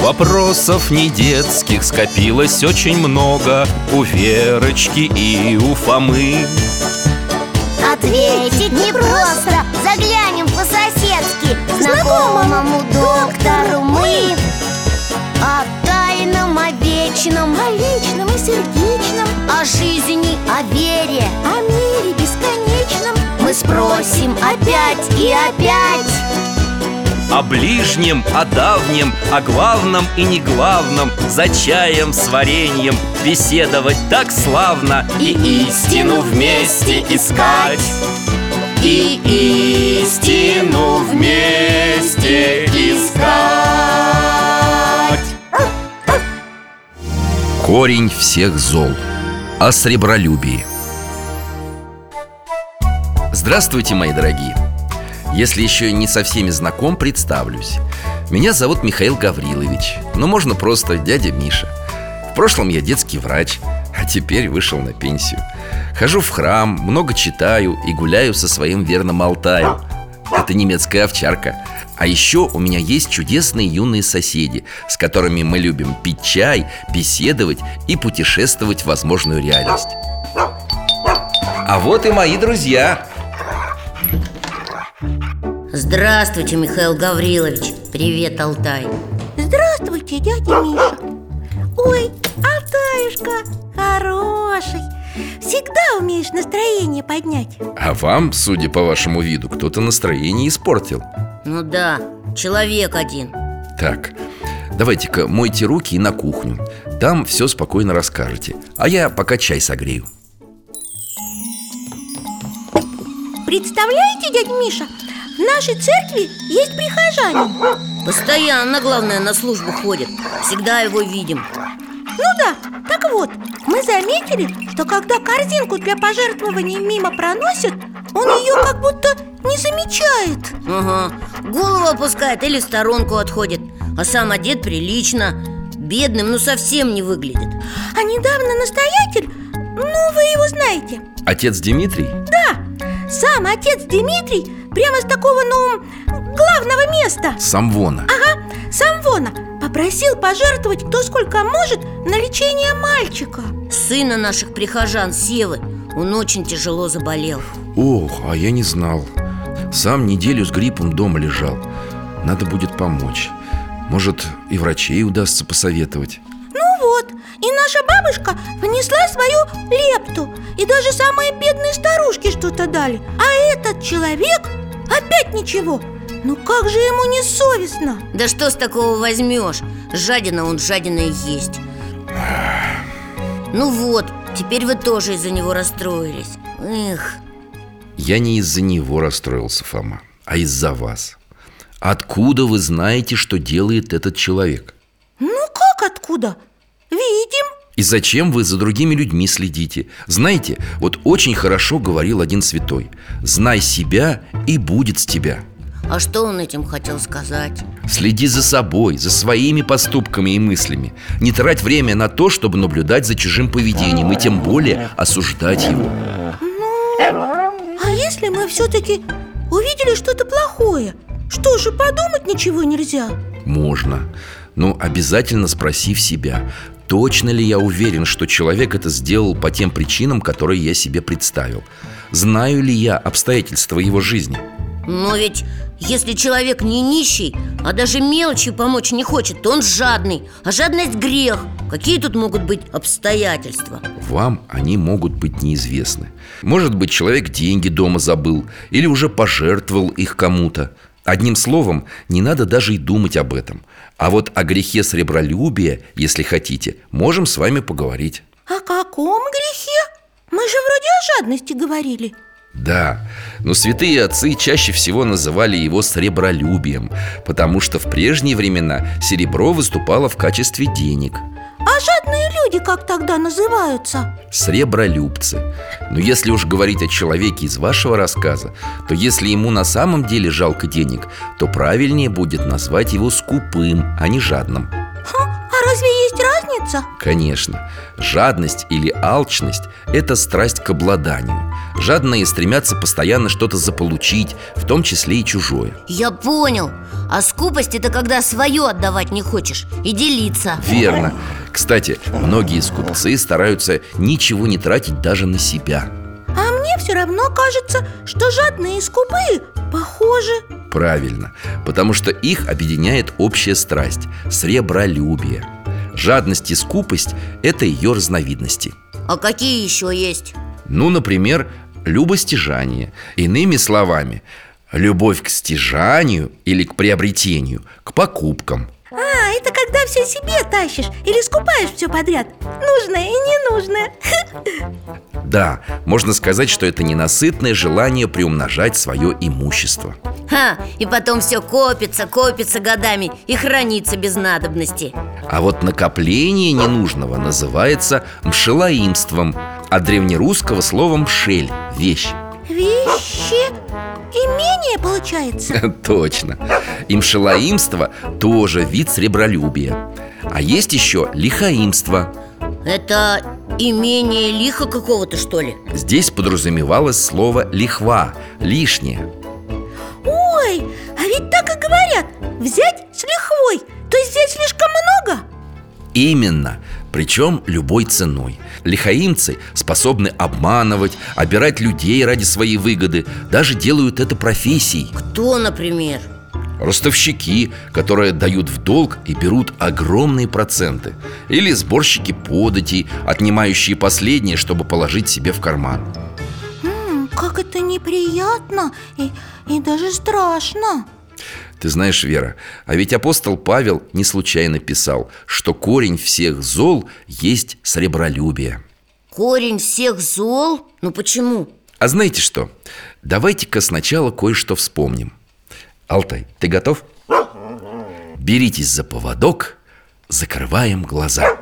Вопросов не детских скопилось очень много у Верочки и у Фомы. Ответить непросто, заглянем по-соседски знакомому доктору мы. О тайном, о вечном, о личном и сердечном, о жизни, о вере, о мире бесконечном мы спросим опять и опять. О ближнем, о давнем, о главном и неглавном, за чаем с вареньем беседовать так славно. И истину вместе искать, и истину вместе искать. Корень всех зол. О сребролюбии. Здравствуйте, мои дорогие. Если еще не со всеми знаком, представлюсь. Меня зовут Михаил Гаврилович, но можно просто дядя Миша. В прошлом я детский врач, а теперь вышел на пенсию. Хожу в храм, много читаю и гуляю со своим верным Алтаем. Это немецкая овчарка. А еще у меня есть чудесные юные соседи, с которыми мы любим пить чай, беседовать и путешествовать в возможную реальность. А вот и мои друзья. Здравствуйте, Михаил Гаврилович. Привет, Алтай. Здравствуйте, дядя Миша. Ой, Алтаюшка, хороший. Всегда умеешь настроение поднять. А вам, судя по вашему виду, кто-то настроение испортил. Ну да, человек один. Так, давайте-ка мойте руки и на кухню. Там все спокойно расскажете. А я пока чай согрею. Представляете, дядя Миша, в нашей церкви есть прихожанин. Постоянно, главное, на службу ходит. Всегда его видим. Ну да, так вот, мы заметили, что когда корзинку для пожертвований мимо проносит, он ее как будто не замечает. Ага, голову опускает или в сторонку отходит. А сам одет прилично. Бедным, ну совсем не выглядит. А недавно настоятель, ну вы его знаете. Отец Дмитрий? Да, сам отец Дмитрий прямо с такого, главного места, Самвона. Ага, Самвона попросил пожертвовать кто сколько может на лечение мальчика. Сына наших прихожан, Севы. Он очень тяжело заболел. Ох, а я не знал. Сам неделю с гриппом дома лежал. Надо будет помочь. Может, и врачей удастся посоветовать. Ну вот, и наша бабушка внесла свою лепту. И даже самые бедные старушки что-то дали. А этот человек опять ничего. Ну как же ему не совестно? Да что с такого возьмешь? Жадина он жадина и есть. Ну вот, теперь вы тоже из-за него расстроились. Эх. Я не из-за него расстроился, Фома, а из-за вас. Откуда вы знаете, что делает этот человек? Ну как откуда? Видим. И зачем вы за другими людьми следите? Знаете, вот очень хорошо говорил один святой: знай себя, и будет с тебя. А что он этим хотел сказать? Следи за собой, за своими поступками и мыслями. Не трать время на то, чтобы наблюдать за чужим поведением и тем более осуждать его. А если мы все-таки увидели что-то плохое, что же, подумать ничего нельзя? Можно, но обязательно спроси в себя: точно ли я уверен, что человек это сделал по тем причинам, которые я себе представил? Знаю ли я обстоятельства его жизни? Но ведь если человек не нищий, а даже мелочью помочь не хочет, то он жадный. А жадность грех. Какие тут могут быть обстоятельства? Вам они могут быть неизвестны. Может быть, человек деньги дома забыл или уже пожертвовал их кому-то. Одним словом, не надо даже и думать об этом. А вот о грехе сребролюбия, если хотите, можем с вами поговорить. О каком грехе? Мы же вроде о жадности говорили. Да, но святые отцы чаще всего называли его сребролюбием, потому что в прежние времена серебро выступало в качестве денег. А жадные люди как тогда называются? Сребролюбцы. Но если уж говорить о человеке из вашего рассказа, то если ему на самом деле жалко денег, то правильнее будет назвать его скупым, а не жадным. А разве есть разница? Конечно. Жадность или алчность – это страсть к обладанию, Жадные стремятся постоянно что-то заполучить, в том числе и чужое. Я понял. А скупость – это когда свое отдавать не хочешь и делиться. Верно. Кстати, многие скупцы стараются ничего не тратить даже на себя. А мне все равно кажется, что жадные и скупые похожи. Правильно, потому что их объединяет общая страсть – сребролюбие. Жадность и скупость – это ее разновидности. А какие еще есть? Ну, например, любостяжание. Иными словами, любовь к стяжанию или к приобретению, к покупкам. А, это когда все себе тащишь или скупаешь все подряд, нужное и ненужное. Да, можно сказать, что это ненасытное желание приумножать свое имущество. И потом все копится годами и хранится без надобности. А вот накопление ненужного называется мшелоимством, от древнерусского слова «мшель» – вещь. Вещи имение получается? Точно. И мшелоимство тоже вид сребролюбия. А есть еще лихоимство. Это имение лиха какого-то, что ли? Здесь подразумевалось слово «лихва» – лишнее. Ой, а ведь так и говорят: взять с лихвой, то есть взять слишком много? Именно, причем любой ценой. Лихаимцы способны обманывать, обирать людей ради своей выгоды. Даже делают это профессией. Кто, например? Ростовщики, которые дают в долг и берут огромные проценты. Или сборщики податей, отнимающие последнее, чтобы положить себе в карман. Как это неприятно и даже страшно. Ты знаешь, Вера, а ведь апостол Павел не случайно писал, что корень всех зол есть сребролюбие. Корень всех зол? Ну почему? А знаете что? Давайте-ка сначала кое-что вспомним. Алтай, ты готов? Беритесь за поводок, закрываем глаза.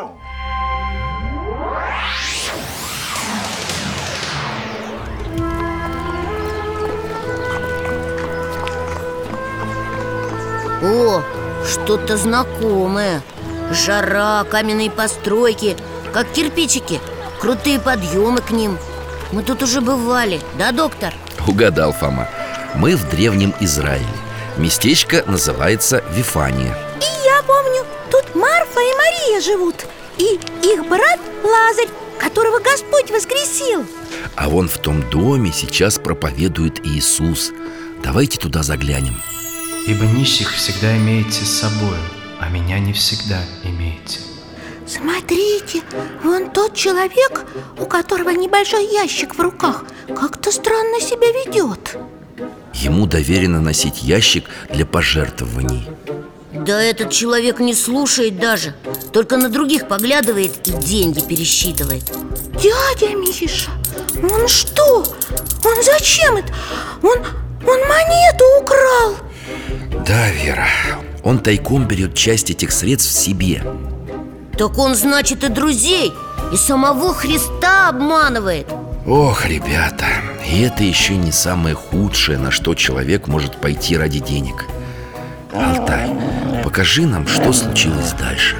О, что-то знакомое. Жара, каменные постройки, как кирпичики, крутые подъемы к ним. Мы тут уже бывали, да, доктор? Угадал, Фома. Мы в древнем Израиле. Местечко называется Вифания. И я помню, тут Марфа и Мария живут. И их брат Лазарь, которого Господь воскресил. А вон в том доме сейчас проповедует Иисус. Давайте туда заглянем. Ибо нищих всегда имеете с собою, а меня не всегда имеете. Смотрите, вон тот человек, у которого небольшой ящик в руках, как-то странно себя ведет. Ему доверено носить ящик для пожертвований. Да этот человек не слушает даже, только на других поглядывает и деньги пересчитывает. Дядя Миша, он что? Он зачем это? Он монету украл. Да, Вера, он тайком берет часть этих средств себе. Так он, значит, и друзей, и самого Христа обманывает. Ох, ребята, и это еще не самое худшее, на что человек может пойти ради денег. Алтай, покажи нам, что случилось дальше.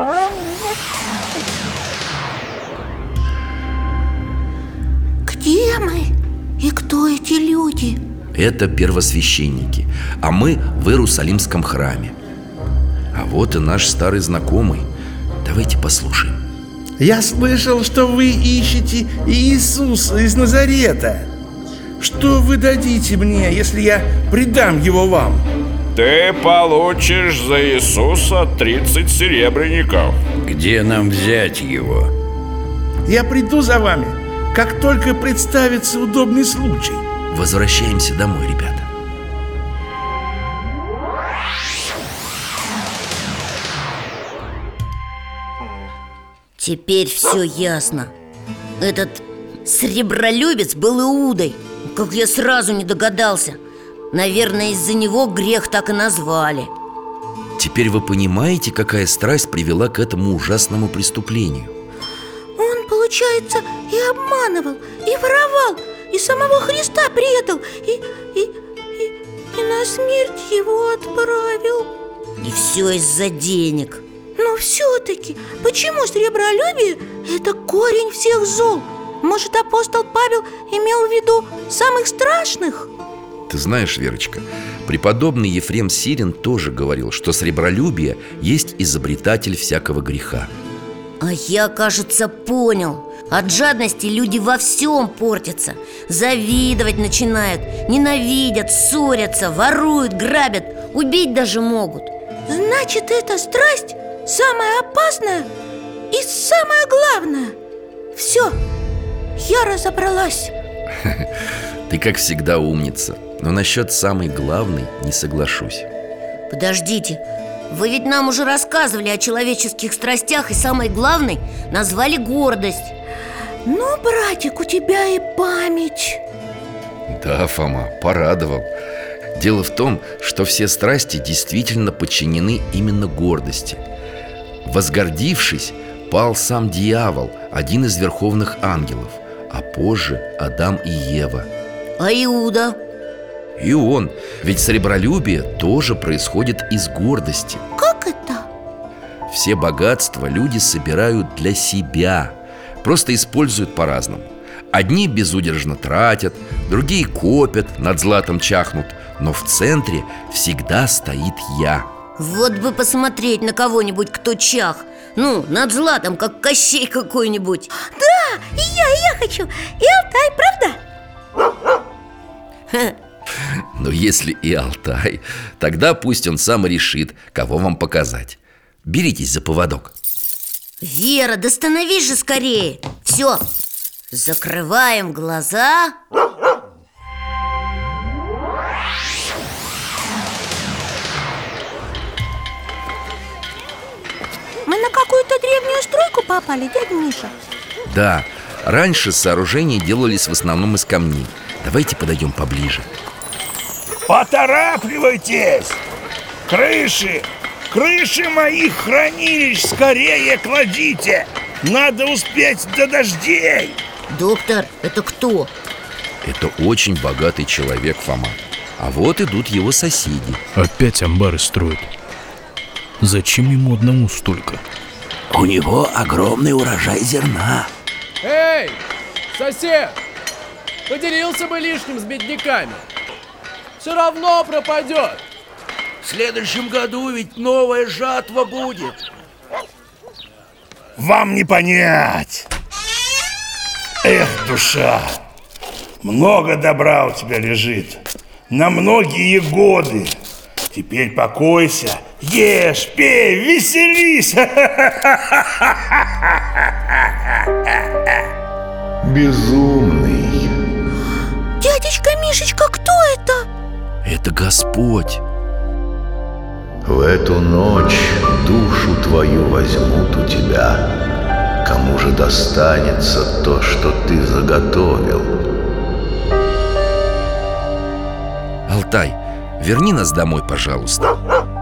Где мы? И кто эти люди? Это первосвященники, а мы в Иерусалимском храме. А вот и наш старый знакомый. Давайте послушаем. Я слышал, что вы ищете Иисуса из Назарета. Что вы дадите мне, если я предам его вам? Ты получишь за Иисуса 30 серебряников. Где нам взять его? Я приду за вами, как только представится удобный случай. Возвращаемся домой, ребята. Теперь все ясно. Этот сребролюбец был Иудой. Как я сразу не догадался. Наверное, из-за него грех так и назвали. Теперь вы понимаете, какая страсть привела к этому ужасному преступлению? Он, получается, и обманывал, и воровал, и самого Христа предал, и на смерть его отправил. И все из-за денег. Но все-таки, почему сребролюбие – это корень всех зол? Может, апостол Павел имел в виду самых страшных? Ты знаешь, Верочка, преподобный Ефрем Сирин тоже говорил, что сребролюбие есть изобретатель всякого греха. А я, кажется, понял. От жадности люди во всем портятся. Завидовать начинают, ненавидят, ссорятся, воруют, грабят, убить даже могут. Значит, эта страсть самая опасная и самое главное. Все, я разобралась. Ты, как всегда, умница. Но насчет самой главной не соглашусь. Подождите, вы ведь нам уже рассказывали о человеческих страстях, и самой главной назвали гордость. Ну, братик, у тебя и память. Да, Фома, порадовал. Дело в том, что все страсти действительно подчинены именно гордости. Возгордившись, пал сам дьявол, один из верховных ангелов, а позже Адам и Ева. А Иуда? И он, ведь сребролюбие тоже происходит из гордости. Как это? Все богатства люди собирают для себя, просто используют по-разному. Одни безудержно тратят, другие копят, над златом чахнут. Но в центре всегда стоит я. Вот бы посмотреть на кого-нибудь, кто чах. Ну, над златом, как Кощей какой-нибудь. Да, и я хочу. И Алтай, правда? Но если и Алтай, тогда пусть он сам и решит, кого вам показать. Беритесь за поводок. Вера, да становись же скорее. Все, закрываем глаза. Мы на какую-то древнюю стройку попали, дядя Миша? Да, раньше сооружения делались в основном из камней. Давайте подойдем поближе. Поторапливайтесь! Крыши моих хранилищ скорее кладите! Надо успеть до дождей! Доктор, это кто? Это очень богатый человек, Фома. А вот идут его соседи. Опять амбары строят. Зачем ему одному столько? У него огромный урожай зерна. Эй, сосед! Поделился бы лишним с бедняками. Все равно пропадет. В следующем году ведь новая жатва будет. Вам не понять! Эх, душа! Много добра у тебя лежит на многие годы. Теперь покойся, ешь, пей, веселись. Безумный. Дядечка Мишечка, кто это? Это Господь. В эту ночь душу твою возьмут у тебя. Кому же достанется то, что ты заготовил? Алтай, верни нас домой, пожалуйста.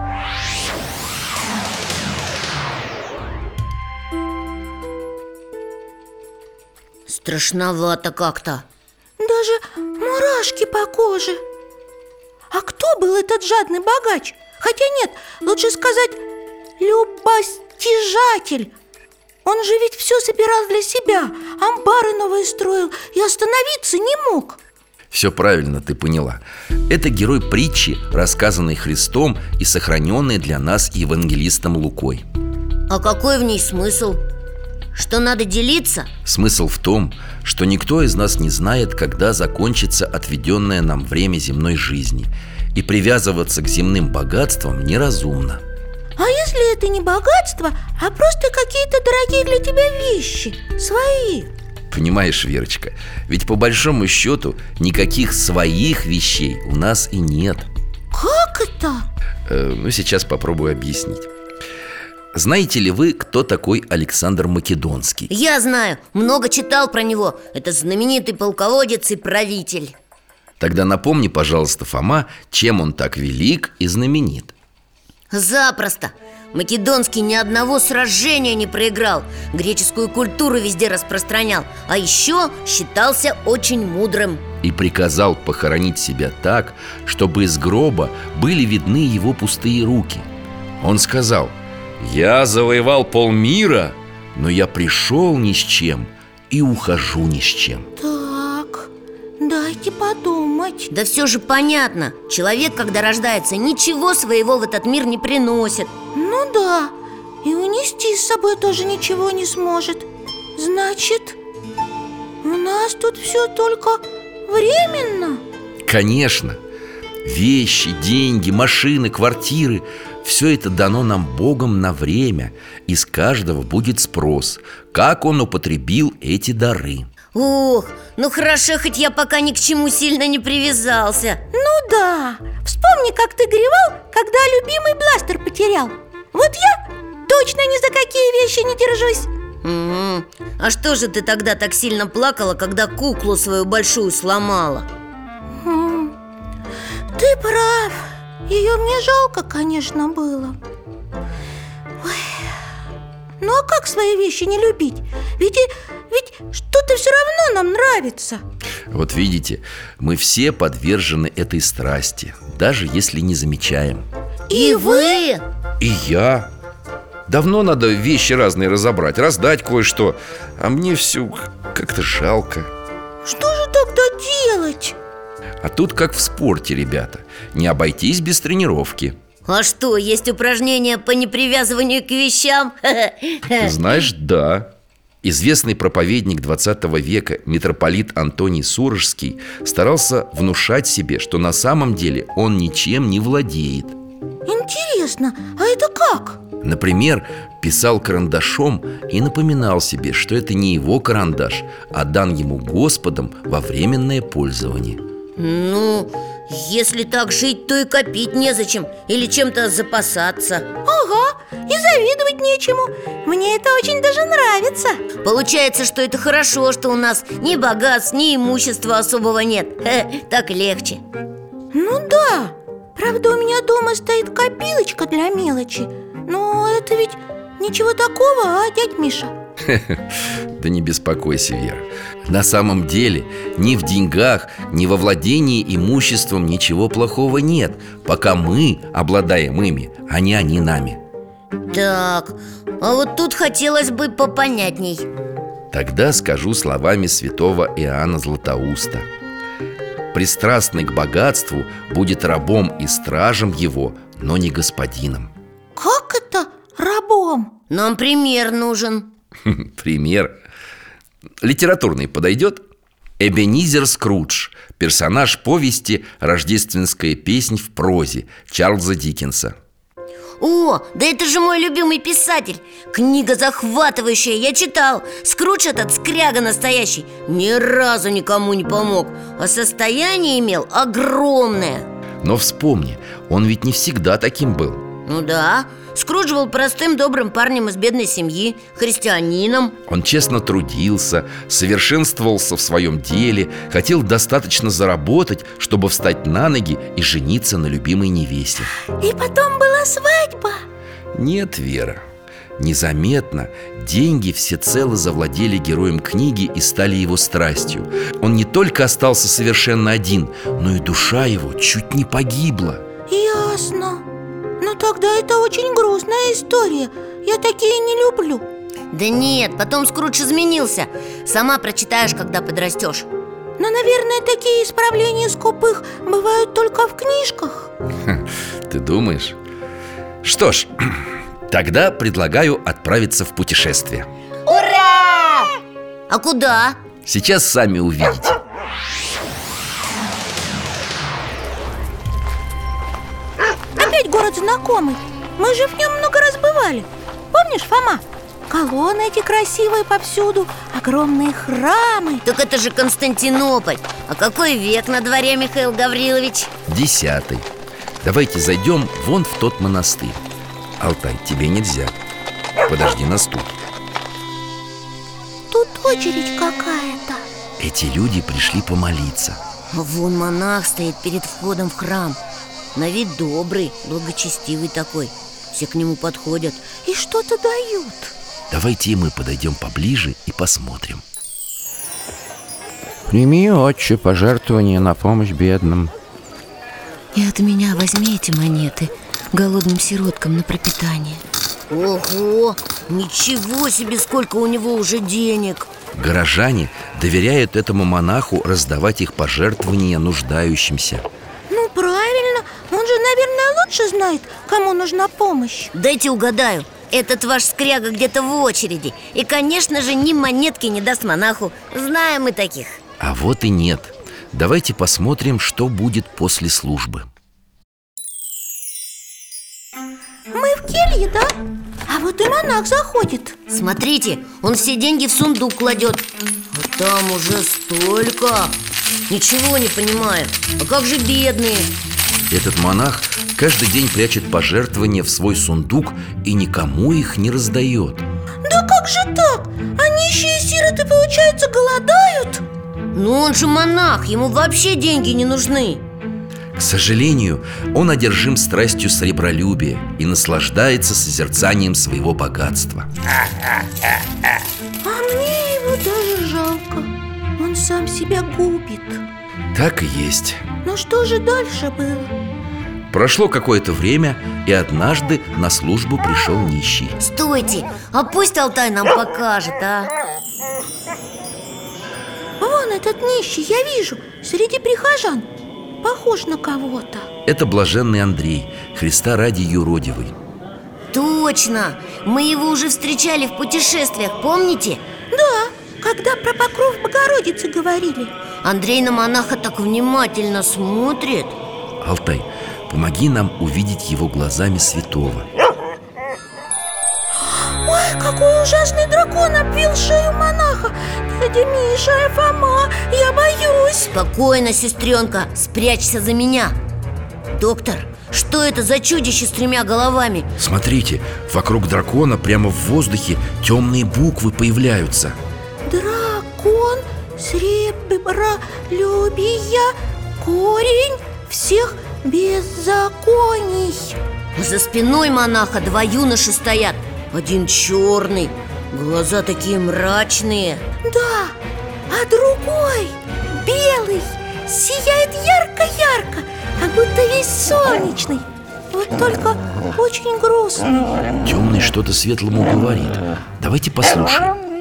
Страшновато как-то. Даже мурашки по коже. А кто был этот жадный богач? Хотя нет, лучше сказать любостяжатель. Он же ведь все собирал для себя, амбары новые строил и остановиться не мог. Все правильно ты поняла. Это герой притчи, рассказанной Христом и сохраненной для нас евангелистом Лукой. А какой в ней смысл? Что надо делиться? Смысл в том, что никто из нас не знает, когда закончится отведенное нам время земной жизни, и привязываться к земным богатствам неразумно. А если это не богатство, а просто какие-то дорогие для тебя вещи, свои? Понимаешь, Верочка, ведь по большому счету никаких своих вещей у нас и нет. Как это? Ну, сейчас попробую объяснить. Знаете ли вы, кто такой Александр Македонский? Я знаю, много читал про него. Это знаменитый полководец и правитель. Тогда напомни, пожалуйста, Фома, чем он так велик и знаменит. Запросто. Македонский ни одного сражения не проиграл, греческую культуру везде распространял, а еще считался очень мудрым. И приказал похоронить себя так, чтобы из гроба были видны его пустые руки. Он сказал: «Я завоевал полмира, но я пришел ни с чем и ухожу ни с чем. Так, дайте подумать. Да все же понятно. Человек, когда рождается, ничего своего в этот мир не приносит. Ну да, и унести с собой тоже ничего не сможет. Значит, у нас тут все только временно? Конечно. Вещи, деньги, машины, квартиры – все это дано нам Богом на время. И с каждого будет спрос, как он употребил эти дары. Ох, ну хорошо, хоть я пока ни к чему сильно не привязался. Ну да, вспомни, как ты горевал, когда любимый бластер потерял. Вот я точно ни за какие вещи не держусь. А что же ты тогда так сильно плакала, когда куклу свою большую сломала? Ты прав. Ее мне жалко, конечно, было. Ой. Ну а как свои вещи не любить? Ведь что-то все равно нам нравится. Вот видите, мы все подвержены этой страсти, даже если не замечаем. И вы? И я. Давно надо вещи разные разобрать, раздать кое-что. А мне все как-то жалко. Что же тогда делать? А тут как в спорте, ребята. Не обойтись без тренировки. А что, есть упражнения по непривязыванию к вещам? Знаешь, да. Известный проповедник 20 века митрополит Антоний Сурожский старался внушать себе, что на самом деле он ничем не владеет. Интересно, а это как? Например, писал карандашом и напоминал себе, что это не его карандаш, а дан ему Господом во временное пользование. Ну, если так жить, то и копить незачем. Или чем-то запасаться. Ага, и завидовать нечему. Мне это очень даже нравится. Получается, что это хорошо, что у нас ни богатств, ни имущества особого нет. Так легче. Ну да. Правда, у меня дома стоит копилочка для мелочи. Но это ведь ничего такого, а, дядь Миша? Да не беспокойся, Вера. На самом деле ни в деньгах, ни во владении имуществом ничего плохого нет, пока мы обладаем ими, а не они нами. Так, а вот тут хотелось бы попонятней. Тогда скажу словами святого Иоанна Златоуста: пристрастный к богатству будет рабом и стражем его, но не господином. Как это рабом? Нам пример нужен. Пример литературный подойдет? Эбенизер Скрудж, персонаж повести «Рождественская песнь в прозе» Чарльза Диккенса. О, да это же мой любимый писатель. Книга захватывающая, я читал. Скрудж этот скряга настоящий. Ни разу никому не помог, а состояние имел огромное. Но вспомни, он ведь не всегда таким был. Ну да, Скрудж был простым добрым парнем из бедной семьи, христианином. Он честно трудился, совершенствовался в своем деле, хотел достаточно заработать, чтобы встать на ноги и жениться на любимой невесте. И потом была свадьба. Нет, Вера, незаметно деньги всецело завладели героем книги и стали его страстью. Он не только остался совершенно один, но и душа его чуть не погибла. Ясно. Ну тогда это очень грустная история. Я такие не люблю. Да нет, потом Скрудж изменился. Сама прочитаешь, когда подрастешь. Но, наверное, такие исправления скупых бывают только в книжках. Ты думаешь? Что ж, тогда предлагаю отправиться в путешествие. Ура! А куда? Сейчас сами увидите. Опять город знакомый. Мы же в нем много раз бывали. Помнишь, Фома? Колонны эти красивые повсюду, огромные храмы. Так это же Константинополь. А какой век на дворе, Михаил Гаврилович? 10-й. Давайте зайдем вон в тот монастырь. Алтай, тебе нельзя. Подожди нас тут. Тут очередь какая-то. Эти люди пришли помолиться. Вон монах стоит перед входом в храм. На вид добрый, благочестивый такой. Все к нему подходят. И что-то дают. Давайте и мы подойдем поближе и посмотрим. Прими, отче, пожертвование на помощь бедным. И от меня возьми эти монеты голодным сироткам на пропитание. Ого, ничего себе, сколько у него уже денег. Горожане доверяют этому монаху раздавать их пожертвования нуждающимся. Ну, правильно, он же, наверное, лучше знает, кому нужна помощь. Дайте угадаю, этот ваш скряга где-то в очереди. И, конечно же, ни монетки не даст монаху. Знаем мы таких. А вот и нет. Давайте посмотрим, что будет после службы. Мы в келье, да? А вот и монах заходит. Смотрите, он все деньги в сундук кладет. А там уже столько. Ничего не понимаю. А как же бедные? Этот монах каждый день прячет пожертвования в свой сундук и никому их не раздает. Да как же так? А нищие сироты, получается, голодают? Ну он же монах, ему вообще деньги не нужны. К сожалению, он одержим страстью сребролюбия и наслаждается созерцанием своего богатства. А мне его даже жалко. Он сам себя губит. Так и есть. Но что же дальше было? Прошло какое-то время, и однажды на службу пришел нищий. Стойте, а пусть Алтай нам покажет, а? Вон этот нищий, я вижу, среди прихожан. Похож на кого-то. Это блаженный Андрей, Христа ради юродивый. Точно! Мы его уже встречали в путешествиях, помните? Да, когда про покров Богородицы говорили. Андрей на монаха так внимательно смотрит. Алтай, помоги нам увидеть его глазами святого. Ой, какой ужасный дракон обвил шею монаха. Дядя Миша, Фома, я боюсь. Спокойно, сестренка, спрячься за меня. Доктор, что это за чудище с 3 головами? Смотрите, вокруг дракона прямо в воздухе темные буквы появляются. Дракон, сребролюбия, корень всех беззаконий. За спиной монаха 2 юноши стоят. Один черный, глаза такие мрачные. Да, а другой белый, сияет ярко-ярко, как будто весь солнечный. Вот только очень грустный. Темный что-то светлому говорит. Давайте послушаем.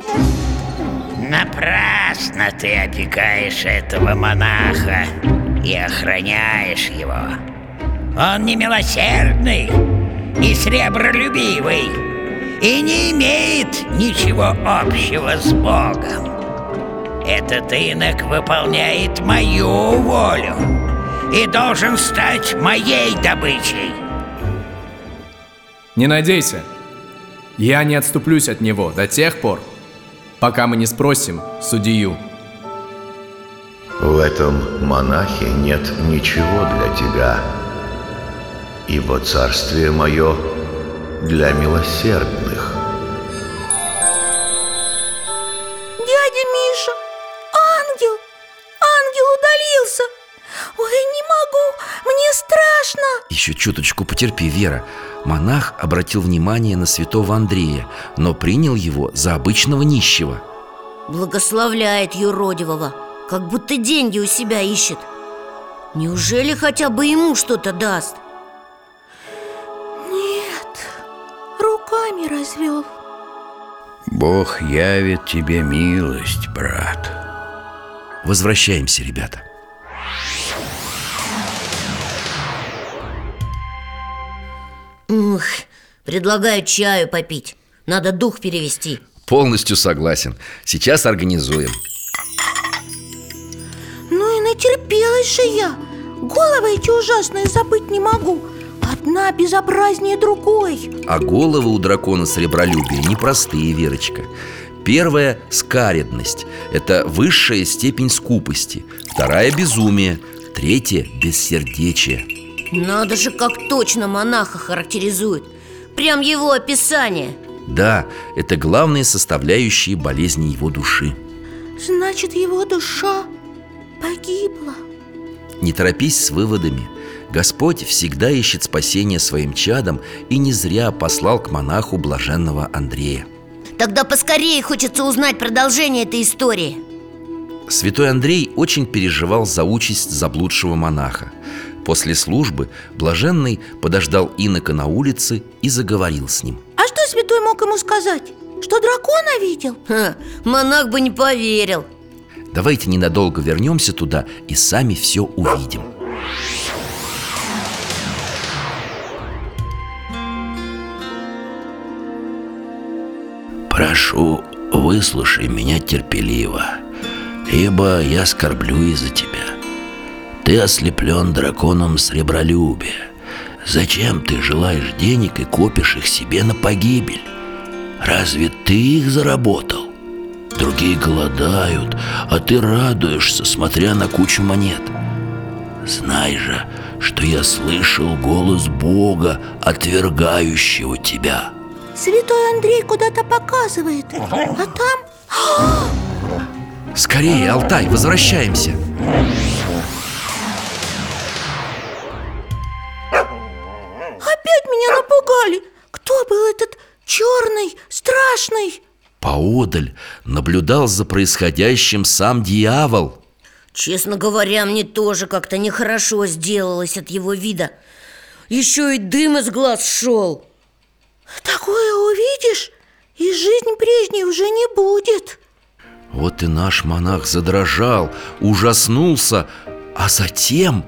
Напрасно ты опекаешь этого монаха и охраняешь его. Он немилосердный и сребролюбивый, и не имеет ничего общего с Богом. Этот инок выполняет мою волю и должен стать моей добычей. Не надейся. Я не отступлюсь от него до тех пор, пока мы не спросим судью. В этом монахе нет ничего для тебя, ибо царствие мое для милосердных. Дядя Миша, ангел удалился. Ой, не могу, мне страшно. Еще чуточку потерпи, Вера. Монах обратил внимание на святого Андрея, но принял его за обычного нищего. Благословляет юродивого, как будто деньги у себя ищет. Неужели хотя бы ему что-то даст? Нет, руками развел. Бог явит тебе милость, брат. Возвращаемся, ребята. Ух, предлагаю чаю попить. Надо дух перевести. Полностью согласен. Сейчас организуем. Ну и натерпелась же я. Головы эти ужасные забыть не могу. Одна безобразнее другой. А головы у дракона сребролюбия непростые, Верочка. Первая – скаредность. Это высшая степень скупости. Вторая – безумие. Третья – бессердечие. Надо же, как точно монаха характеризует. Прям его описание. Да, это главные составляющие болезни его души. Значит, его душа погибла. Не торопись с выводами. Господь всегда ищет спасения своим чадам и не зря послал к монаху блаженного Андрея. Тогда поскорее хочется узнать продолжение этой истории. Святой Андрей очень переживал за участь заблудшего монаха. После службы блаженный подождал инока на улице и заговорил с ним. А что святой мог ему сказать? что дракона видел? Монах бы не поверил. Давайте ненадолго вернемся туда и сами все увидим. Прошу, выслушай меня терпеливо, ибо я скорблю из-за тебя. Ты ослеплен драконом сребролюбия. Зачем ты желаешь денег и копишь их себе на погибель? Разве ты их заработал? Другие голодают, а ты радуешься, смотря на кучу монет. Знай же, что я слышал голос Бога, отвергающего тебя. Святой Андрей куда-то показывает, а там... Скорее, Алтай, возвращаемся. Опять меня напугали. Кто был этот черный, страшный? Поодаль наблюдал за происходящим сам дьявол. Честно говоря, мне тоже как-то нехорошо сделалось от его вида. Еще и дым из глаз шел. Такое увидишь, и жизнь прежней уже не будет. Вот и наш монах задрожал, ужаснулся, а затем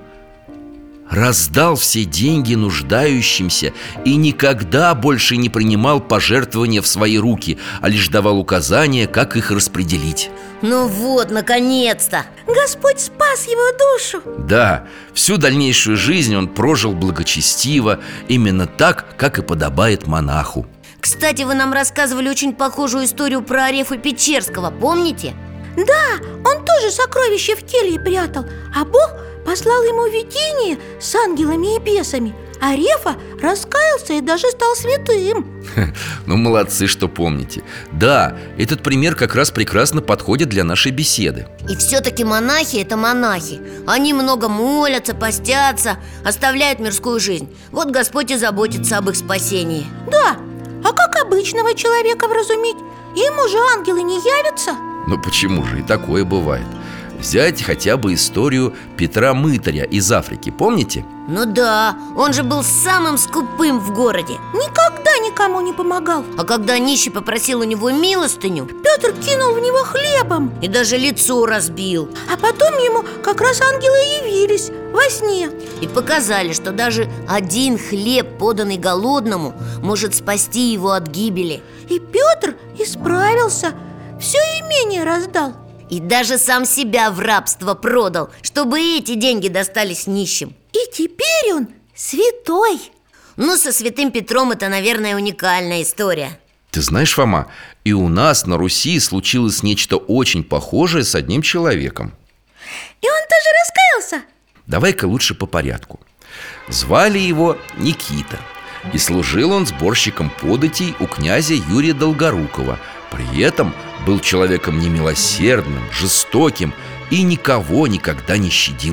раздал все деньги нуждающимся и никогда больше не принимал пожертвования в свои руки, а лишь давал указания, как их распределить. Ну вот, наконец-то! Господь спас его душу. Да, всю дальнейшую жизнь он прожил благочестиво, именно так, как и подобает монаху. Кстати, вы нам рассказывали очень похожую историю про Арефа Печерского, помните? Да, он тоже сокровища в келье прятал, а Бог послал ему видение с ангелами и бесами. Арефа раскаялся и даже стал святым. Ну, молодцы, что помните. Да, этот пример как раз прекрасно подходит для нашей беседы. И все-таки монахи – это монахи. Они много молятся, постятся, оставляют мирскую жизнь. Вот Господь и заботится об их спасении. Да, а как обычного человека вразумить? Ему же ангелы не явятся. Ну почему же, и такое бывает. Взять хотя бы историю Петра Мытаря из Африки, помните? Ну да, он же был самым скупым в городе. Никогда никому не помогал. А когда нищий попросил у него милостыню, Петр кинул в него хлебом и даже лицо разбил. А потом ему как раз ангелы явились во сне и показали, что даже один хлеб, поданный голодному, может спасти его от гибели. И Петр исправился, все имение раздал. И даже сам себя в рабство продал, чтобы эти деньги достались нищим. И теперь он святой. Ну, со святым Петром это, наверное, уникальная история. Ты знаешь, Фома, и у нас на Руси случилось нечто очень похожее с одним человеком. И он тоже раскаялся? Давай-ка лучше по порядку. Звали его Никита, и служил он сборщиком податей у князя Юрия Долгорукова. При этом был человеком немилосердным, жестоким и никого никогда не щадил.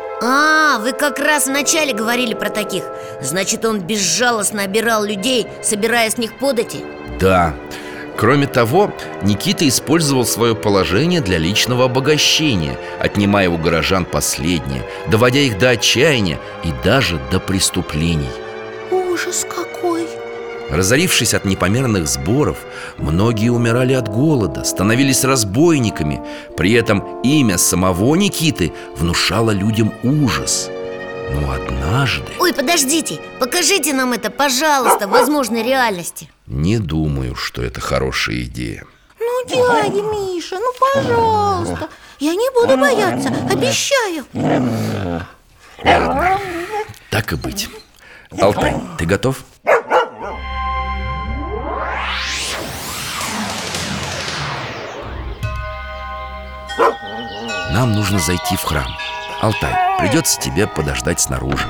А, вы как раз вначале говорили про таких. Значит, он безжалостно обирал людей, собирая с них подати? Да. Кроме того, Никита использовал свое положение для личного обогащения, отнимая у горожан последнее, доводя их до отчаяния и даже до преступлений. Ужас какой! Разорившись от непомерных сборов, многие умирали от голода, становились разбойниками. При этом имя самого Никиты внушало людям ужас. Но однажды... Ой, подождите, покажите нам это, пожалуйста, в возможной реальности. Не думаю, что это хорошая идея. Ну, дядя Миша, ну пожалуйста, я не буду бояться, обещаю. Ладно, так и быть. Алтай, ты готов? Нам нужно зайти в храм. Алтай, придется тебе подождать снаружи.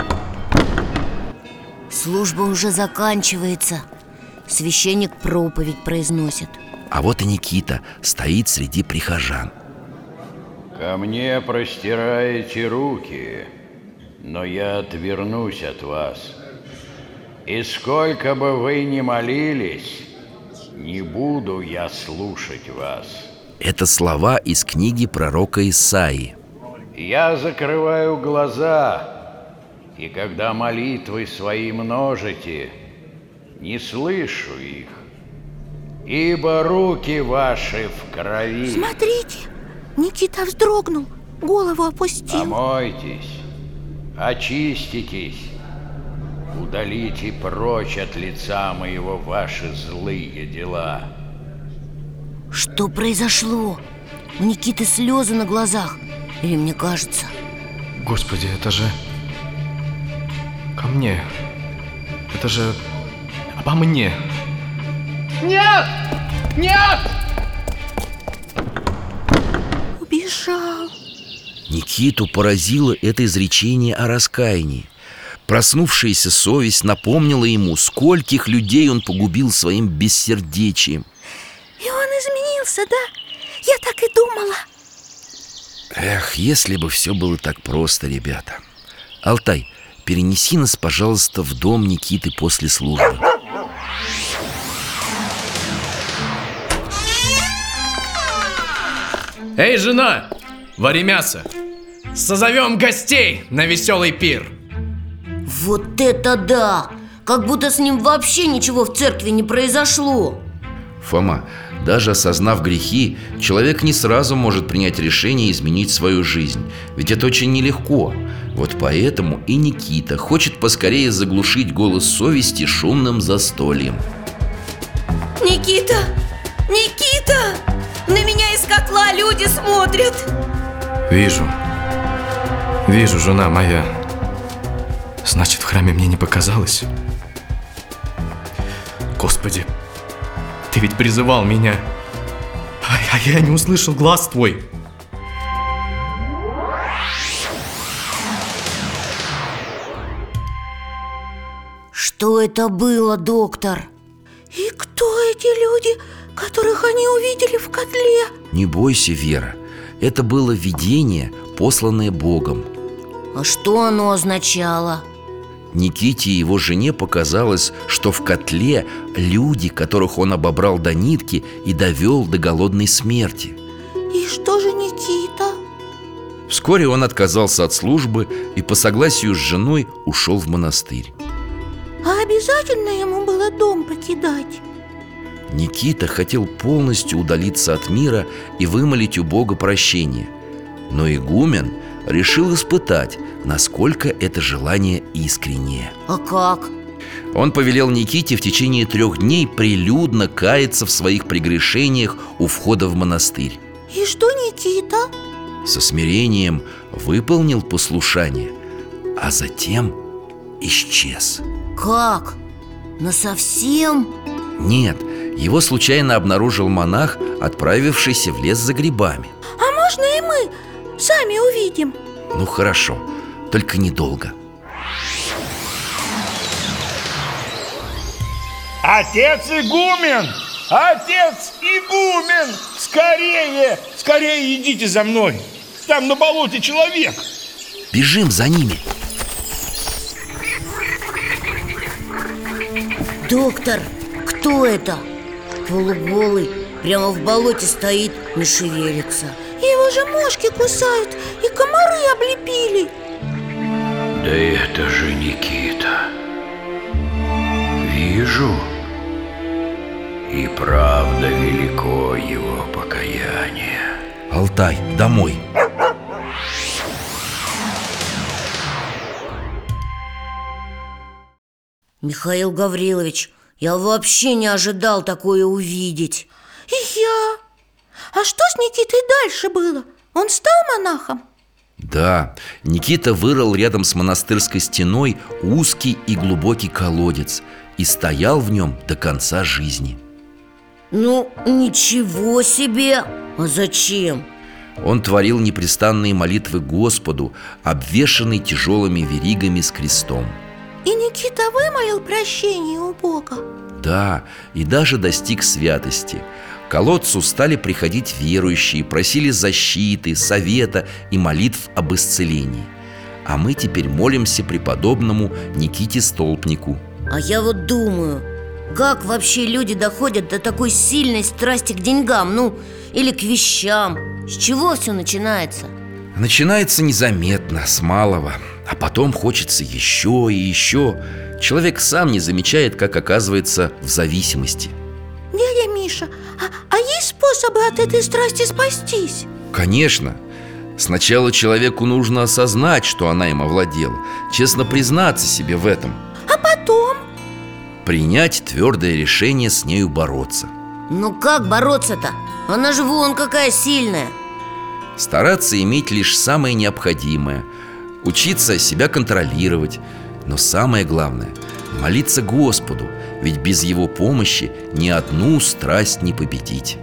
Служба уже заканчивается. Священник проповедь произносит. А вот и Никита стоит среди прихожан. Ко мне простираете руки, но я отвернусь от вас. И сколько бы вы ни молились, не буду я слушать вас. Это слова из книги пророка Исаии. Я закрываю глаза, и когда молитвы свои множите, не слышу их. ибо руки ваши в крови. Смотрите, Никита вздрогнул, голову опустил. Омойтесь, очиститесь, удалите прочь от лица моего ваши злые дела. Что произошло? У Никиты слезы на глазах. Или мне кажется? Господи, это же... ко мне. Это же... обо мне. Нет! Нет! Убежал. Никиту поразило это изречение о раскаянии. Проснувшаяся совесть напомнила ему, скольких людей он погубил своим бессердечием. И он изменился, да? Я так и думала. Эх, если бы все было так просто, ребята. Алтай, перенеси нас, пожалуйста, в дом Никиты после службы. Эй, жена, вари мясо. Созовем гостей на веселый пир. Вот это да! Как будто с ним вообще ничего в церкви не произошло. Фома, даже осознав грехи, человек не сразу может принять решение изменить свою жизнь. Ведь это очень нелегко. Вот поэтому и Никита хочет поскорее заглушить голос совести шумным застольем. Никита! Никита! На меня из котла люди смотрят. Вижу, жена моя. Значит, в храме мне не показалось. Господи, ты ведь призывал меня, а я не услышал глаз твой. Что это было, доктор? И кто эти люди, которых они увидели в котле? Не бойся, Вера. Это было видение, посланное Богом. А что оно означало? Никите и его жене показалось, что в котле люди, которых он обобрал до нитки и довел до голодной смерти. И что же Никита? Вскоре он отказался от службы и по согласию с женой ушел в монастырь. А обязательно ему было дом покидать? Никита хотел полностью удалиться от мира и вымолить у Бога прощения. Но игумен решил испытать, насколько это желание искреннее. А как? Он повелел Никите в течение 3 дней прилюдно каяться в своих прегрешениях у входа в монастырь. И что Никита? Со смирением выполнил послушание, а затем исчез. Как? Насовсем? Нет, его случайно обнаружил монах, отправившийся в лес за грибами. А можно и мы сами увидим? Ну хорошо, только недолго. Отец игумен! Отец игумен! Скорее! Скорее идите за мной! Там на болоте человек! Бежим за ними! Доктор, кто это? Полуголый, прямо в болоте стоит, не шевелится. Его же мошки кусают и комары облепили. Да это же Никита. Вижу, и правда велико его покаяние. Алтай, домой! Михаил Гаврилович, я вообще не ожидал такое увидеть. И я. А что с Никитой дальше было? Он стал монахом? Да, Никита вырыл рядом с монастырской стеной узкий и глубокий колодец и стоял в нем до конца жизни. Ну, ничего себе! А зачем? Он творил непрестанные молитвы Господу, обвешанный тяжелыми веригами с крестом. И Никита вымолил прощение у Бога? Да, и даже достиг святости. К колодцу стали приходить верующие, просили защиты, совета и молитв об исцелении. А мы теперь молимся преподобному Никите Столпнику. А я вот думаю, как вообще люди доходят до такой сильной страсти к деньгам, ну, или к вещам? С чего все начинается? Начинается незаметно, с малого, а потом хочется еще и еще. Человек сам не замечает, как оказывается в зависимости. Дядя Миша, а есть способы от этой страсти спастись? Конечно. Сначала человеку нужно осознать, что она им овладела, честно признаться себе в этом. А потом? Принять твердое решение с нею бороться. Ну как бороться-то? Она же вон какая сильная. Стараться иметь лишь самое необходимое, учиться себя контролировать. Но самое главное – молиться Господу, ведь без Его помощи ни одну страсть не победить.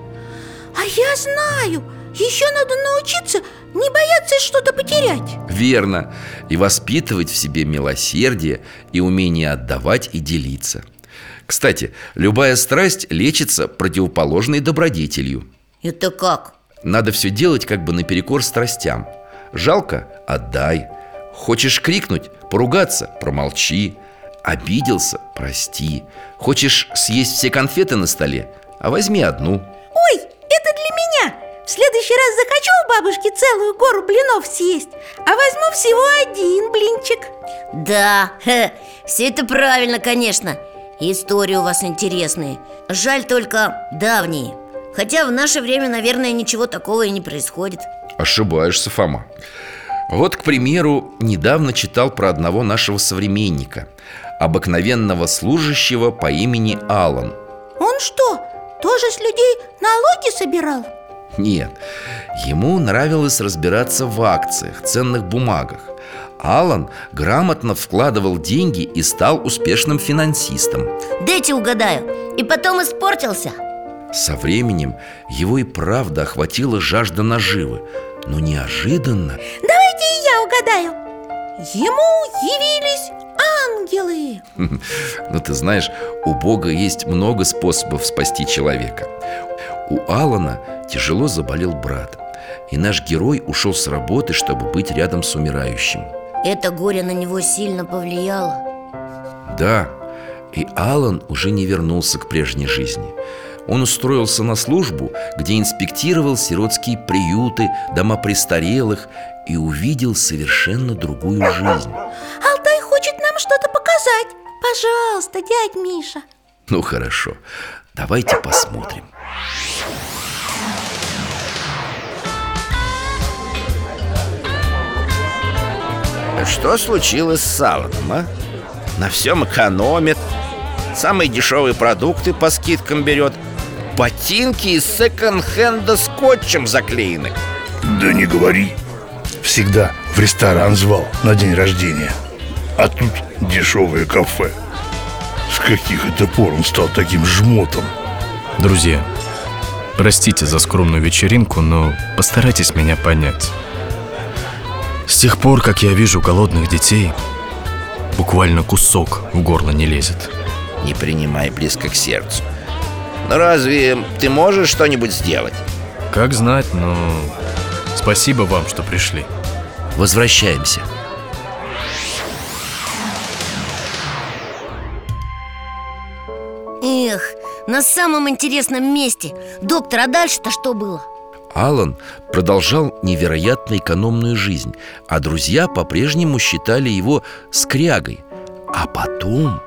А я знаю, еще надо научиться не бояться что-то потерять. Верно. И воспитывать в себе милосердие и умение отдавать и делиться. Кстати, любая страсть лечится противоположной добродетелью. Это как? Надо все делать как бы наперекор страстям. Жалко – отдай. Хочешь крикнуть – поругаться – промолчи. Обиделся – прости. Хочешь съесть все конфеты на столе – а возьми одну. Ой, это для меня. В следующий раз захочу у бабушки целую гору блинов съесть, а возьму всего один блинчик. Да, все это правильно, конечно. Истории у вас интересные. Жаль только давние. Хотя в наше время, наверное, ничего такого и не происходит. Ошибаешься, Фома. Вот, к примеру, недавно читал про одного нашего современника, обыкновенного служащего по имени Алан. Он что, тоже с людей налоги собирал? Нет, ему нравилось разбираться в акциях, ценных бумагах. Алан грамотно вкладывал деньги и стал успешным финансистом. Дайте угадаю, и потом испортился. Со временем его и правда охватила жажда наживы. Но неожиданно... Давайте и я угадаю. Ему явились ангелы. Ну, ты знаешь, у Бога есть много способов спасти человека. У Алана тяжело заболел брат, и наш герой ушел с работы, чтобы быть рядом с умирающим. Это горе на него сильно повлияло. Да, и Алан уже не вернулся к прежней жизни. Он устроился на службу, где инспектировал сиротские приюты, дома престарелых, и увидел совершенно другую жизнь. Алтай хочет нам что-то показать. Пожалуйста, дядь Миша. Ну хорошо, давайте посмотрим. Что случилось с Аланом, а? На всем экономит, самые дешевые продукты по скидкам берет, ботинки из секонд-хенда скотчем заклеены. Да не говори. Всегда в ресторан звал на день рождения, а тут дешевое кафе. С каких это пор он стал таким жмотом? Друзья, простите за скромную вечеринку, но постарайтесь меня понять. С тех пор, как я вижу голодных детей, буквально кусок в горло не лезет. Не принимай близко к сердцу. Но разве ты можешь что-нибудь сделать? Как знать, но спасибо вам, что пришли. Возвращаемся. Эх, на самом интересном месте. Доктор, а дальше-то что было? Алан продолжал невероятно экономную жизнь, а друзья по-прежнему считали его скрягой. А потом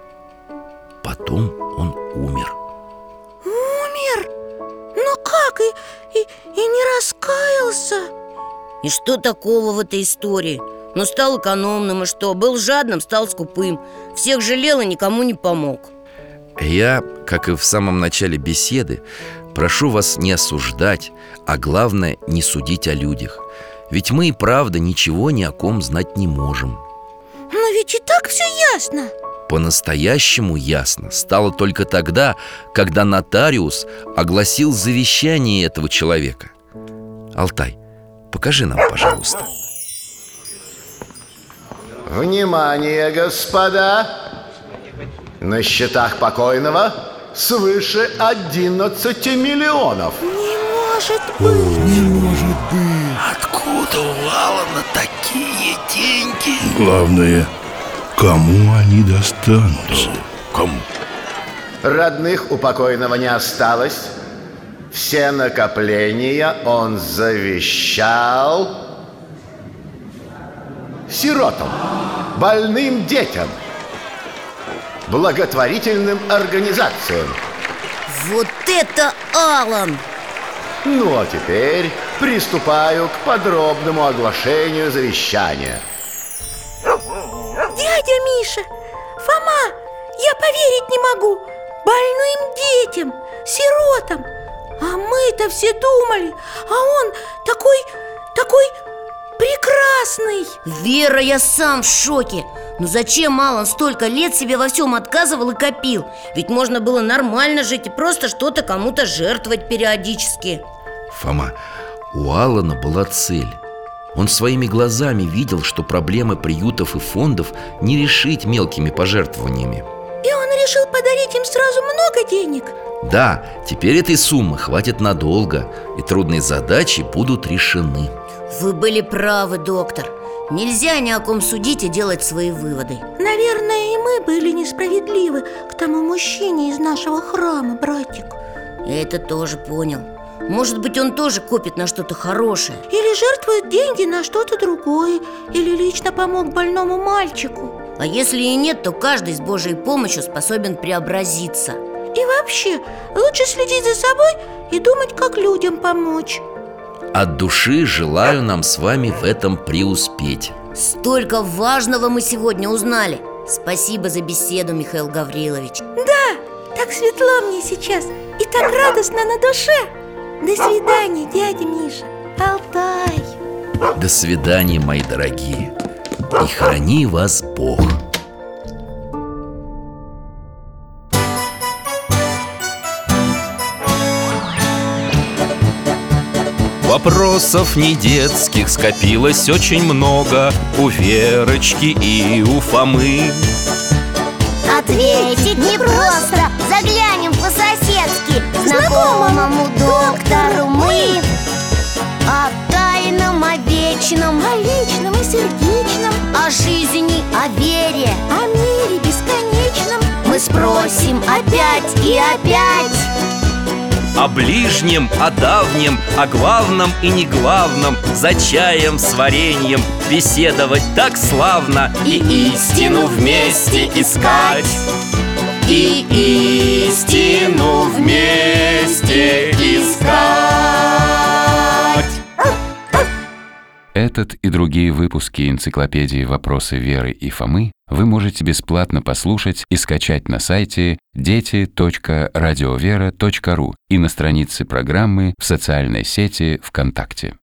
он умер. Умер? Ну как? И не раскаялся? И что такого в этой истории? Ну, стал экономным, и что? Был жадным, стал скупым. Всех жалел и никому не помог. Я, как и в самом начале беседы, прошу вас не осуждать, а главное, не судить о людях. Ведь мы и правда ничего ни о ком знать не можем. Но ведь и так все ясно. По-настоящему ясно стало только тогда, когда нотариус огласил завещание этого человека. Алтай, покажи нам, пожалуйста. Внимание, господа! На счетах покойного свыше 11 миллионов. Не может быть! Не может быть! Откуда у Алана такие деньги? Главное, кому они достанутся? Кому? Родных у покойного не осталось. Все накопления он завещал сиротам, больным детям, благотворительным организациям. Вот это Алан! Ну а теперь приступаю к подробному оглашению завещания. Дядя Миша, Фома, я поверить не могу. Больным детям, сиротам. А мы-то все думали, а он такой прекрасный. Вера, я сам в шоке. Но зачем Алан столько лет себе во всем отказывал и копил? Ведь можно было нормально жить и просто что-то кому-то жертвовать периодически. Фома, у Алана была цель. Он своими глазами видел, что проблемы приютов и фондов не решить мелкими пожертвованиями. И он решил подарить им сразу много денег? Да, теперь этой суммы хватит надолго, и трудные задачи будут решены. Вы были правы, доктор. Нельзя ни о ком судить и делать свои выводы. Наверное, и мы были несправедливы к тому мужчине из нашего храма, братик. Я это тоже понял. Может быть, он тоже копит на что-то хорошее. Или жертвует деньги на что-то другое. Или лично помог больному мальчику. А если и нет, то каждый с Божьей помощью способен преобразиться. И вообще, лучше следить за собой и думать, как людям помочь. От души желаю нам с вами в этом преуспеть. Столько важного мы сегодня узнали. Спасибо за беседу, Михаил Гаврилович. Да, так светло мне сейчас и так радостно на душе. До свидания, дядя Миша, Алтай. До свидания, мои дорогие. И храни вас Бог. Вопросов не детских скопилось очень много у Верочки и у Фомы. Ответить непросто, заглянем по-соседски к знакомому доктору мы. О тайном, о вечном, о личном и сердечном, о жизни, о вере, о мире бесконечном мы спросим опять и опять. О ближнем, о давнем, о главном и неглавном, за чаем с вареньем беседовать так славно. И истину вместе искать, и истину вместе искать. Этот и другие выпуски энциклопедии «Вопросы Веры и Фомы» вы можете бесплатно послушать и скачать на сайте дети.радиовера.ру и на странице программы в социальной сети ВКонтакте.